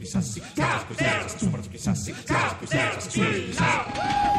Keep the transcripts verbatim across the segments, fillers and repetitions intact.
i sassi, casa coi sassi, soprattutto i sassi, casa coi sassi, sui sassi.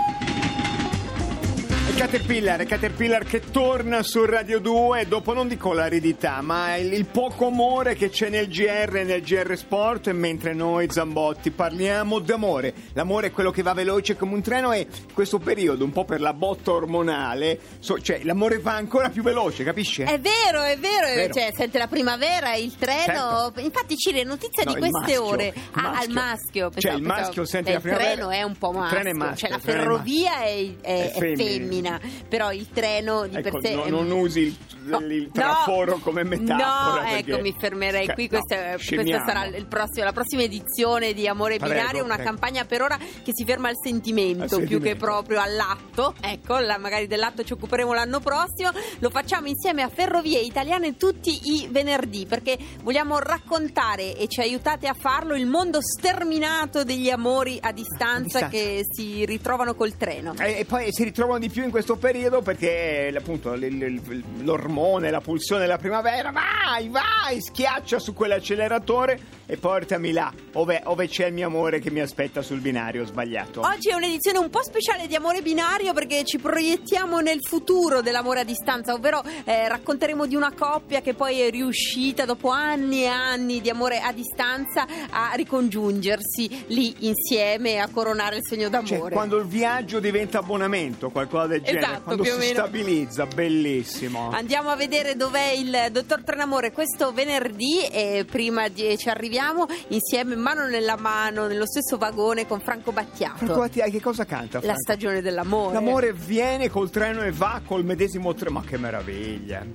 Caterpillar, Caterpillar che torna su Radio due dopo, non dico l'aridità, ma il, il poco amore che c'è nel G R e nel G R Sport, mentre noi Zambotti parliamo d'amore. L'amore è quello che va veloce come un treno e in questo periodo, un po' per la botta ormonale, so, cioè l'amore va ancora più veloce, capisci? È vero, è vero, Vero. Cioè, sente la primavera, il treno. Certo. Infatti, Cire, notizia No, di il queste maschio, ore. il Ah, maschio. al maschio. Cioè, il pensavo- maschio sente Beh, la primavera. Il treno è un po' Il maschio. treno è maschio, Cioè, la il treno è ferrovia è, è- È è femmina. femmina, però il treno di Ecco, per sé. no, è- non usi il, No, il traforo no, come metafora. No, perché- ecco, mi fermerei Cioè, qui. no, Questa, questa scendiamo. sarà il prossimo, la prossima edizione di Amore Prego, Binario, una prego. campagna per ora che si ferma al sentimento, Al più sentimento. che proprio all'atto. Ecco, la, magari dell'atto ci occuperemo l'anno prossimo. Lo facciamo insieme a Ferrovie Italiane tutti i venerdì, perché vogliamo raccontare, e ci aiutate a farlo, il mondo sterminato degli amori a distanza, A distanza. che si ritrovano col treno. E, e poi si ritrovano di più in questo periodo perché appunto l- l- l'ormone, la pulsione della primavera, vai, vai, schiaccia su quell'acceleratore e portami là, ove, ove c'è il mio amore che mi aspetta sul binario sbagliato. Oggi è un'edizione un po' speciale di Amore Binario, perché ci proiettiamo nel futuro dell'amore a distanza, ovvero eh, racconteremo di una coppia che poi è riuscita dopo anni e anni di amore a distanza a ricongiungersi lì insieme, a coronare il sogno d'amore. Cioè, quando il viaggio diventa abbonamento, qualcosa del genere, Esatto, quando più o si meno. stabilizza, bellissimo. Andiamo a vedere dov'è il dottor Trenamore questo venerdì, e prima di, ci arriviamo insieme, mano nella mano, nello stesso vagone con Franco Battiato. Franco Battiato, che cosa canta? La Franco? stagione dell'amore. L'amore viene col treno e va col medesimo treno, ma che meraviglia.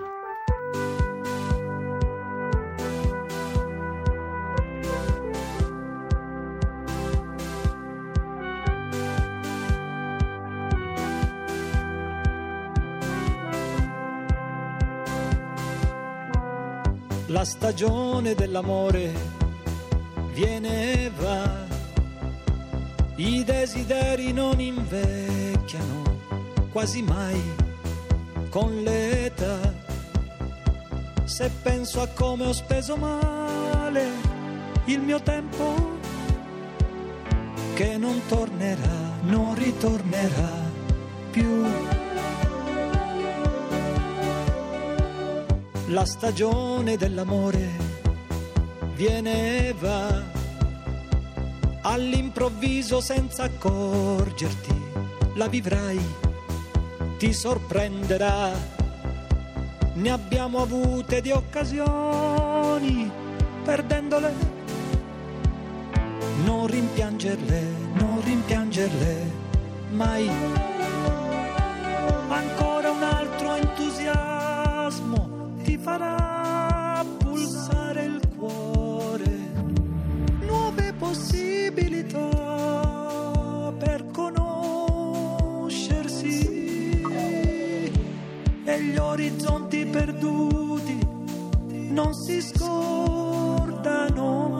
La stagione dell'amore viene e va, i desideri non invecchiano quasi mai con l'età. Se penso a come ho speso male il mio tempo, che non tornerà, non ritornerà più. La stagione dell'amore viene e va, all'improvviso senza accorgerti la vivrai, ti sorprenderà. Ne abbiamo avute di occasioni, perdendole. Non rimpiangerle, non rimpiangerle mai. Ancora un altro entusiasmo ti farà pulsare il cuore, nuove possibilità per conoscersi, e gli orizzonti perduti non si scordano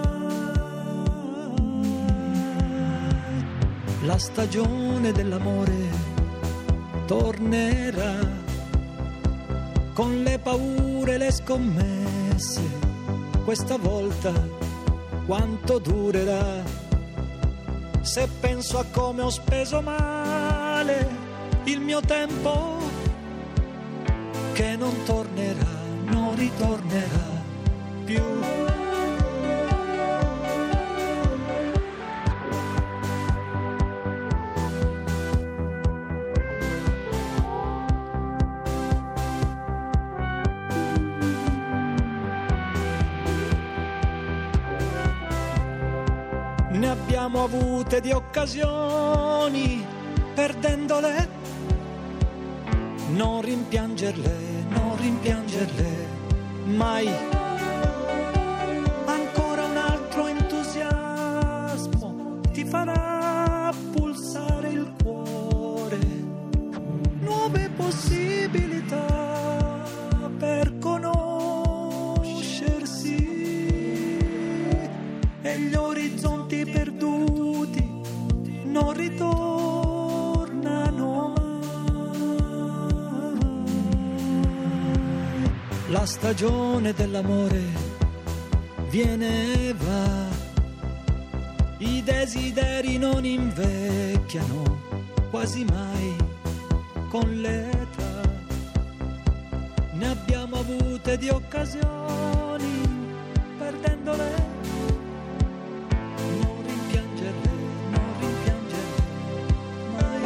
mai. La stagione dell'amore tornerà, con le paure e le scommesse, questa volta quanto durerà? Se penso a come ho speso male il mio tempo, che non tornerà, non ritornerà più. Ne abbiamo avute di occasioni, perdendole. Non rimpiangerle, non rimpiangerle mai. Ancora un altro entusiasmo ti farà pulsare il cuore, nuove possibilità per conoscersi, e gli orizzonti perduti non ritornano mai. La stagione dell'amore viene e va, i desideri non invecchiano quasi mai con l'età, ne abbiamo avute di occasioni, perdendole non rimpiangerle, non rimpiangerle mai.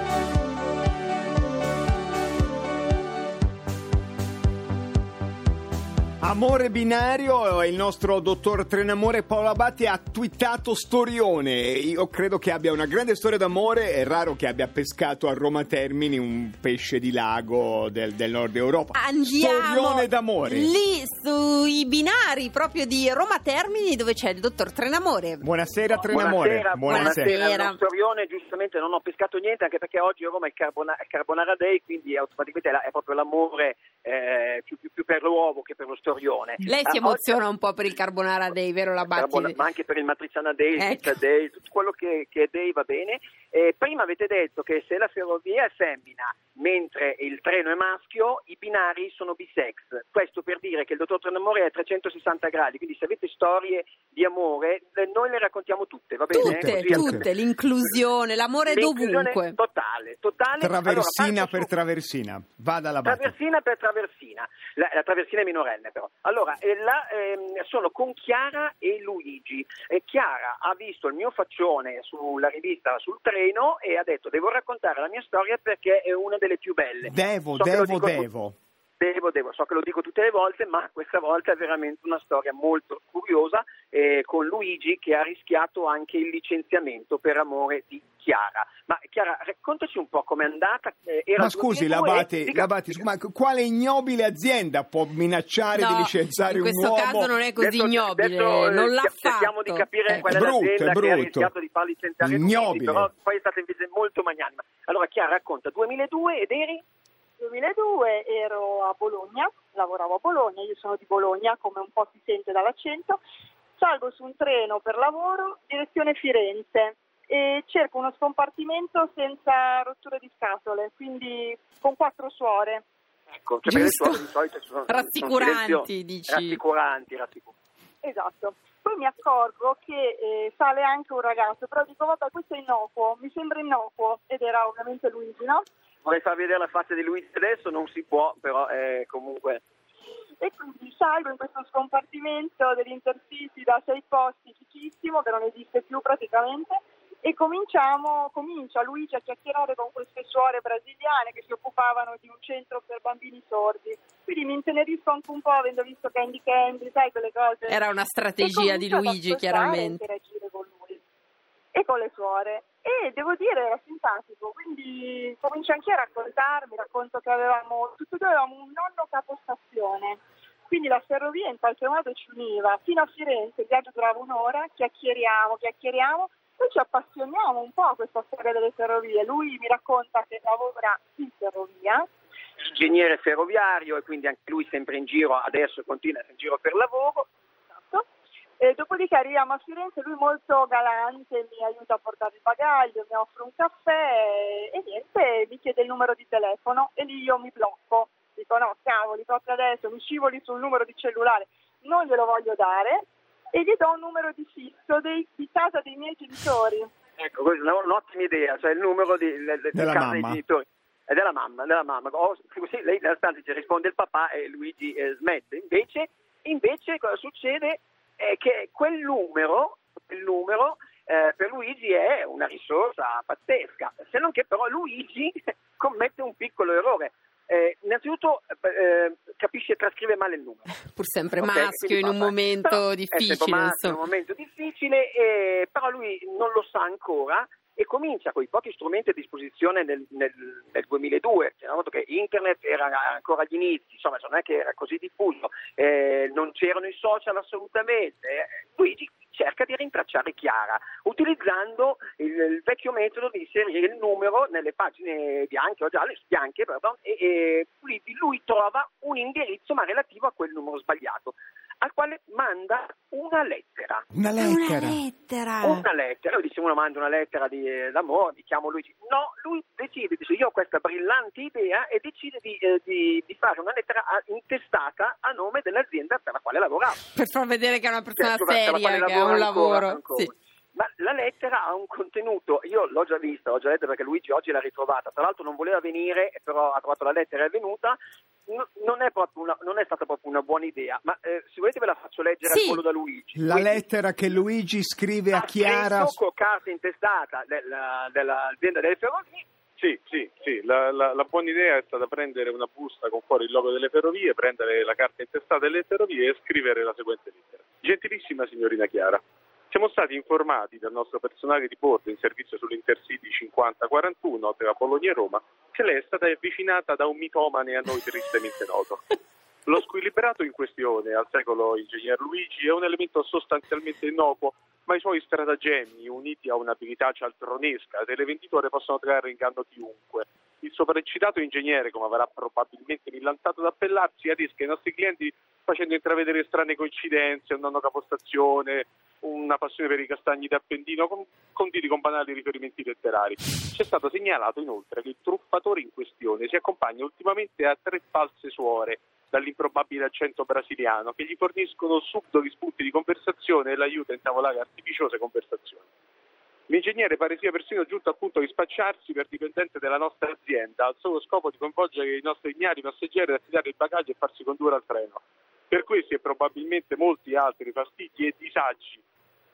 Amore binario, il nostro dottor Trenamore Paolo Abati ha twittato storione. Io credo che abbia una grande storia d'amore, è raro che abbia pescato a Roma Termini un pesce di lago del, del nord Europa. Andiamo storione d'amore lì sui binari proprio di Roma Termini, dove c'è il dottor Trenamore. Buonasera Trenamore. Buonasera, buonasera. Buonasera. Uno storione, giustamente non ho pescato niente, anche perché oggi a Roma è il Carbona- è Carbonara Day, quindi automaticamente è, la- è proprio l'amore eh, più, più, più per l'uovo che per lo storione. Lei si Ah, emoziona oggi- un po' per il Carbonara Day, vero Labatti? Carbona- ma anche per il Matriciana Day, il Ecco. Pizza Day, tutto quello che, che è Day va bene. Eh, prima avete detto che se la ferrovia è femmina mentre il treno è maschio, i binari sono bisex. Questo per dire che il dottor Trenamore è a trecentosessanta gradi, quindi se avete storie di amore le- noi le raccontiamo tutte, va bene? Tutte, Così- tutte, l'inclusione, l'amore L'inclusione dovunque. totale, totale. Traversina Allora, per parto su- traversina. Vada alla Abati. Traversina per traversina, la, la traversina è minorenne però. Allora, eh, la, ehm, sono con Chiara e Luigi. E Chiara ha visto il mio faccione sulla rivista sul treno e ha detto devo raccontare la mia storia perché è una delle più belle. Devo, So che lo devo, dico tu- devo. Devo, devo, so che lo dico tutte le volte, ma questa volta è veramente una storia molto curiosa eh, con Luigi che ha rischiato anche il licenziamento per amore di Chiara. Ma Chiara, raccontaci un po' com'è andata. Eh, era Ma il scusi, duemiladue, Labati, dica- Labati, ma quale ignobile azienda può minacciare No, di licenziare in un questo uomo? caso non è così Adesso- ignobile, adesso, eh, non l'ha cerchiamo fatto. di capire Eh. qual è, È brutto, l'azienda è che ha brutto. rischiato di far licenziare Luigi, Ignobile. però poi è stata invece molto magnanima. Allora Chiara racconta, duemiladue ed eri? duemiladue ero a Bologna, lavoravo a Bologna, io sono di Bologna, come un po' si sente dall'accento, salgo su un treno per lavoro, direzione Firenze, e cerco uno scompartimento senza rotture di scatole, quindi con quattro suore. Ecco, cioè per le Giusto. suore di solito sono, Rassicuranti, sono silenzio- dici. Rassicuranti, rassicuranti. Esatto. Poi mi accorgo che eh, sale anche un ragazzo, però dico vabbè questo è innocuo, mi sembra innocuo, ed era ovviamente Luigi, no? Vorrei far vedere la faccia di Luigi adesso, non si può, però è comunque... E quindi salgo in questo scompartimento dell'Intercity da sei posti, fichissimo, che non esiste più praticamente, e cominciamo, comincia Luigi a chiacchierare con queste suore brasiliane che si occupavano di un centro per bambini sordi. Quindi mi intenerisco anche un po' avendo visto Candy Candy, sai, quelle cose. Era una strategia di E comincio ad Luigi, ascoltare chiaramente. e interagire con lui e con le suore. E devo dire era simpatico, quindi comincio anche a raccontarmi, racconto che avevamo, tutti e due avevamo un nonno capostazione, quindi la ferrovia in qualche modo ci univa. Fino a Firenze il viaggio durava un'ora, chiacchieriamo, chiacchieriamo, poi ci appassioniamo un po' a questa storia delle ferrovie. Lui mi racconta che lavora in ferrovia, Ingegnere ferroviario e quindi anche lui sempre in giro, adesso continua in giro per lavoro. esatto. E dopodiché arriviamo a Firenze, lui molto galante mi aiuta a portare il bagaglio, mi offre un caffè e, e niente, mi chiede il numero di telefono e lì io mi blocco. Dico no, cavoli, proprio adesso mi scivoli sul numero di cellulare, non glielo voglio dare e gli do un numero di fisso dei, di casa dei miei genitori. Ecco, questa è una- un'ottima idea, cioè il numero di, le- le- di Della casa dei mamma. genitori. È della mamma, della mamma. Oh, così lei nella stanza ci risponde il papà e Luigi eh, smette. Invece, invece cosa succede? È che quel numero, quel numero eh, per Luigi è una risorsa pazzesca, se non che però Luigi commette un piccolo errore. Eh, innanzitutto eh, capisce, trascrive male il numero. Pur sempre Ok, maschio quindi in un papà- momento però è difficile, sempre maschio, insomma. in un momento difficile, eh, però lui non lo sa ancora e comincia con i pochi strumenti a disposizione nel, nel, nel duemiladue, cioè, noto che internet era ancora agli inizi, insomma non è che era così diffuso, eh, non c'erano i social assolutamente, eh, Luigi cerca di rintracciare Chiara utilizzando il, il vecchio metodo di inserire il numero nelle pagine bianche o gialle, bianche pardon, e, e lui, lui trova un indirizzo ma relativo a quel numero sbagliato. al quale manda una lettera. Una lettera. Una lettera. Una lettera, io dicevo, uno manda una lettera di, eh, d'amore, mi chiamo Luigi. No, lui decide, dice, io ho questa brillante idea e decide di, eh, di, di fare una lettera a, intestata a nome dell'azienda per la quale lavorava. Per far vedere che è una persona Cioè, per la quale seria, che ha lavora un ancora, lavoro. ancora. Sì. Ma la lettera ha un contenuto, io l'ho già vista, l'ho già letta perché Luigi oggi l'ha ritrovata, tra l'altro non voleva venire, però ha trovato la lettera e è venuta. No, non, è proprio una, non è stata proprio una buona idea, ma eh, se volete ve la faccio leggere Sì. al volo da Luigi. La Quindi, lettera che Luigi scrive a ha Chiara. scritto con carta intestata della, dell'azienda delle ferrovie. Sì, sì, sì, la, la, la buona idea è stata prendere una busta con fuori il logo delle ferrovie, prendere la carta intestata delle ferrovie e scrivere la seguente lettera. Gentilissima signorina Chiara, siamo stati informati dal nostro personale di bordo in servizio sull'Intercity cinquanta quarantuno tra Bologna e Roma che lei è stata avvicinata da un mitomane a noi tristemente noto. Lo squilibrato in questione, al secolo ingegner Luigi, è un elemento sostanzialmente innocuo, ma i suoi stratagemmi, uniti a un'abilità cialtronesca delle venditore, possono trarre in inganno chiunque. Il sopracitato ingegnere, come avrà probabilmente millantato ad appellarsi, adesca i nostri clienti facendo intravedere strane coincidenze, un nonno capostazione, una passione per i castagni d'Appendino, con, conditi con banali riferimenti letterari. Ci è stato segnalato inoltre che il truffatore in questione si accompagna ultimamente a tre false suore dall'improbabile accento brasiliano che gli forniscono subdoli spunti di conversazione e l'aiuta a intavolare artificiose conversazioni. L'ingegnere pare sia persino giunto al punto di spacciarsi per dipendente della nostra azienda al solo scopo di coinvolgere i nostri ignari passeggeri a affidare il bagaglio e farsi condurre al treno. Per questi e probabilmente molti altri fastidi e disagi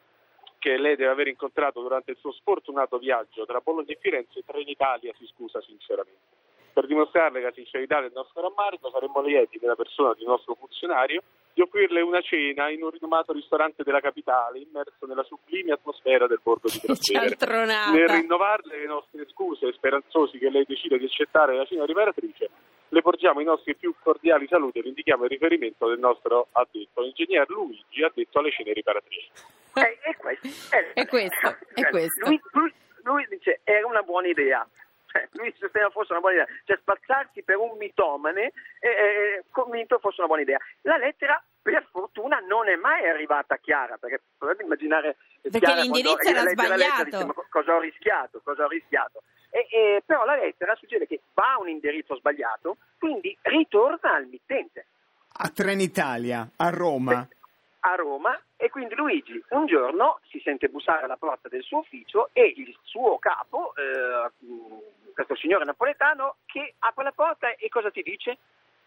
che lei deve aver incontrato durante il suo sfortunato viaggio tra Bologna e Firenze, Trenitalia si scusa sinceramente. Per dimostrarle la sincerità del nostro rammarico, saremmo lieti della persona di un nostro funzionario di offrirle una cena in un rinomato ristorante della capitale, immerso nella sublime atmosfera del borgo di Trastevere. Cialtronata. Nel rinnovarle le nostre scuse, speranzosi che lei decida di accettare la cena riparatrice, le porgiamo i nostri più cordiali saluti e le indichiamo il riferimento del nostro addetto, l'ingegner Luigi, addetto alle cene riparatrici. Eh, è questo. È, È questo, è questo. Lui, lui, lui dice, era una buona idea. Lui sosteneva fosse una buona idea, cioè spazzarsi per un mitomane, eh, eh, convinto fosse una buona idea. La lettera, per fortuna, non è mai arrivata a Chiara, perché potete immaginare Perché Chiara l'indirizzo quando era legge la lettera, sbagliato. dice, ma cosa ho rischiato, cosa ho rischiato. E, e, però la lettera succede che va a un indirizzo sbagliato, quindi ritorna al mittente. A Trenitalia, a Roma. A Roma, e quindi Luigi un giorno si sente bussare alla porta del suo ufficio e il suo capo, eh, questo signore napoletano, che apre la porta e cosa ti dice?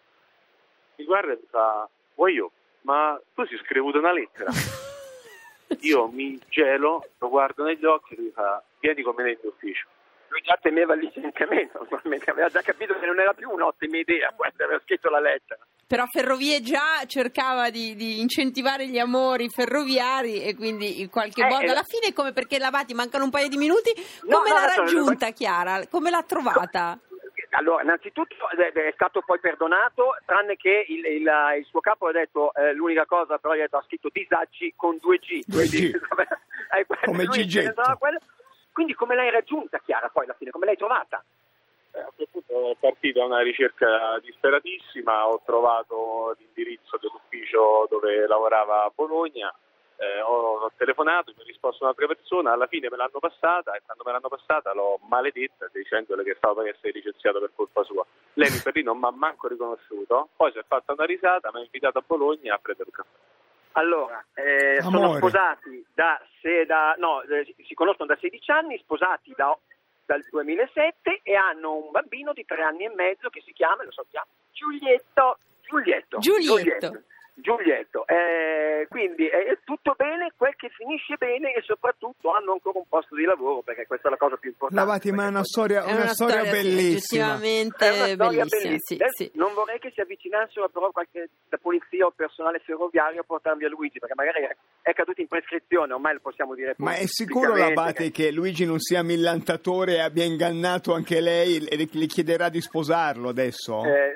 Mi guarda e mi fa, vuoi io? Ma tu sei scritto una lettera? Io mi gelo, lo guardo negli occhi e lui fa, vieni con me nel mio ufficio. Lui già temeva il licenziamento, normalmente aveva già capito che non era più un'ottima idea quando aveva scritto la lettera. Però Ferrovie già cercava di, di incentivare gli amori ferroviari e quindi in qualche Eh, modo eh, alla fine, come perché lavati mancano un paio di minuti, No, come no, l'ha adesso- raggiunta Chiara? Come l'ha trovata? Allora, innanzitutto è è stato poi perdonato, tranne che il, il, il suo capo ha detto eh, l'unica cosa, però gli ha detto, ha scritto disagi con due G. Due G. Quindi, eh, Come lui Gigetto. pensava quello. Quindi come l'hai raggiunta Chiara poi alla fine? Come l'hai trovata? Eh, a quel punto è partita una ricerca disperatissima, ho trovato l'indirizzo dell'ufficio dove lavorava a Bologna, eh, ho, ho telefonato, mi ha risposto un'altra persona, alla fine me l'hanno passata e quando me l'hanno passata l'ho maledetta dicendole che stavo per essere licenziato per colpa sua. Lei mi per lì non mi ha manco riconosciuto, poi si è fatta una risata, mi ha invitato a Bologna a prendere il caffè. Allora, eh, sono Amore. sposati da, se da no, eh, si conoscono da sedici anni, sposati da, dal duemilasette e hanno un bambino di tre anni e mezzo che si chiama, lo sappiamo, Giulietto. Giulietto. Giulietto. Giulietto. Eh, quindi è tutto bene, quel che finisce bene e soprattutto hanno ancora un posto di lavoro, perché questa è la cosa più importante. Lavati, ma è una storia, È una storia bellissima. oggettivamente È una storia bellissima, bellissima. sì, Adesso sì. non vorrei che si avvicinassero però qualche da polizia o personale ferroviario a portare via Luigi, perché magari è, è caduto in prescrizione, ormai lo possiamo dire. Ma è sicuro pubblicamente, Labate che Luigi non sia millantatore e abbia ingannato anche lei e le chiederà di sposarlo adesso? Eh,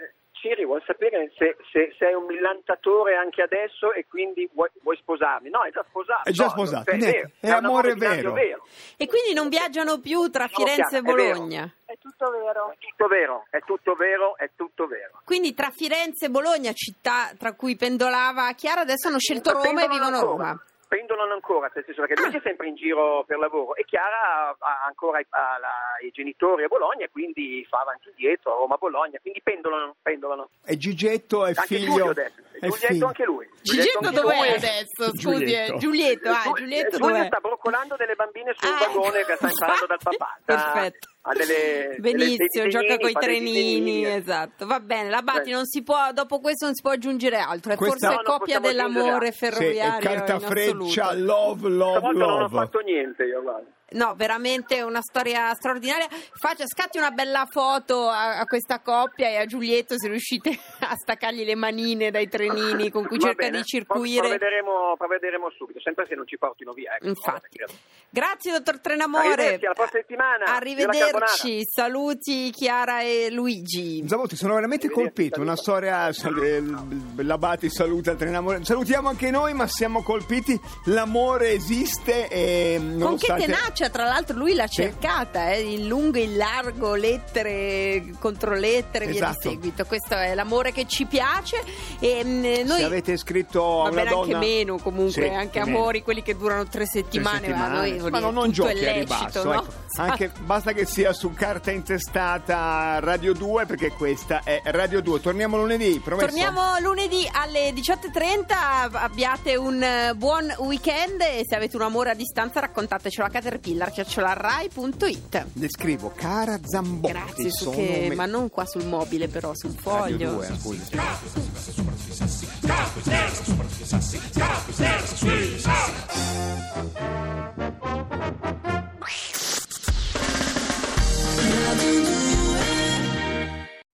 Siri vuol sapere se, se sei un millantatore anche adesso e quindi vuoi, vuoi sposarmi. No, è già sposato. È già no, sposato, è, niente, è, è amore vero. vero. E quindi non viaggiano più tra Sono Firenze e chiaro, è Bologna? È tutto vero. È tutto vero, è tutto vero, è tutto vero. Quindi tra Firenze e Bologna, città tra cui pendolava Chiara, adesso hanno scelto Roma e Pendolano vivono a ancora. Roma. Pendolano ancora, nel senso che lui Ah. è sempre in giro per lavoro e Chiara ha ancora i, ha la, i genitori a Bologna e quindi fa avanti e indietro a Roma-Bologna, quindi pendolano, pendolano. E Gigetto è Anche figlio... Giulio adesso, è Giulietto figlio. anche lui. Giulietto anche dov'è lui. adesso? Scusi, Giulietto. eh, Giulietto, ah, Giul- Giulietto Giulio dov'è? sta broccolando delle bambine sul Ah, vagone ecco. che sta imparando dal papà. Sta- Perfetto. ha delle- Benissimo, delle- dei gioca disegnini, coi fa dei trenini, disegnini. esatto. Va bene, la Batti Eh. non si può, dopo questo non si può aggiungere altro. È Questa- forse No, non coppia possiamo dell'amore aggiungere Sì, è ferroviario carta in freccia, assoluto. love, love, Stavolta non ho love. fatto niente io, guarda. No, veramente una storia straordinaria. Faccia, scatti una bella foto a, a questa coppia e a Giulietto se riuscite a staccargli le manine dai trenini con cui Va cerca bene, di circuire. Provvederemo, provvederemo subito, sempre se non ci portino via. Ecco. Infatti. Grazie dottor Trenamore. Arrivederci, alla prossima settimana. Della Arrivederci, saluti Chiara e Luigi. Zabotti, sono veramente Arrivederci, colpito. Una storia. sal- eh, La Batti saluta Trenamore. Salutiamo anche noi, ma siamo colpiti. L'amore esiste e. Con che nonostante- tenacia, tra l'altro lui l'ha Sì. cercata, eh, in lungo e in largo, lettere contro lettere, via Esatto. di seguito. Questo è l'amore che ci piace e mh, noi Se avete scritto a va una bene donna. anche meno comunque, Sì, anche meno. amori quelli che durano tre settimane, Tre ma settimane. noi Ma no, non tutto è giochi a lecito, ribasso, no? ecco. Anche, basta che sia su carta intestata Radio due, perché questa è Radio due. Torniamo lunedì, promesso? Torniamo lunedì alle diciotto e trenta, abbiate un eh, buon weekend e se avete un amore a distanza raccontatecelo a caterpillar chiocciola rai punto it. Le scrivo, cara Zambotti. Grazie, su sono che, me- ma non qua sul mobile però, sul Radio foglio. due, scusi. Scarpe, sopra tutti i sassi, scarpe, terra, sopra tutti i sassi, scarpe, terra, sui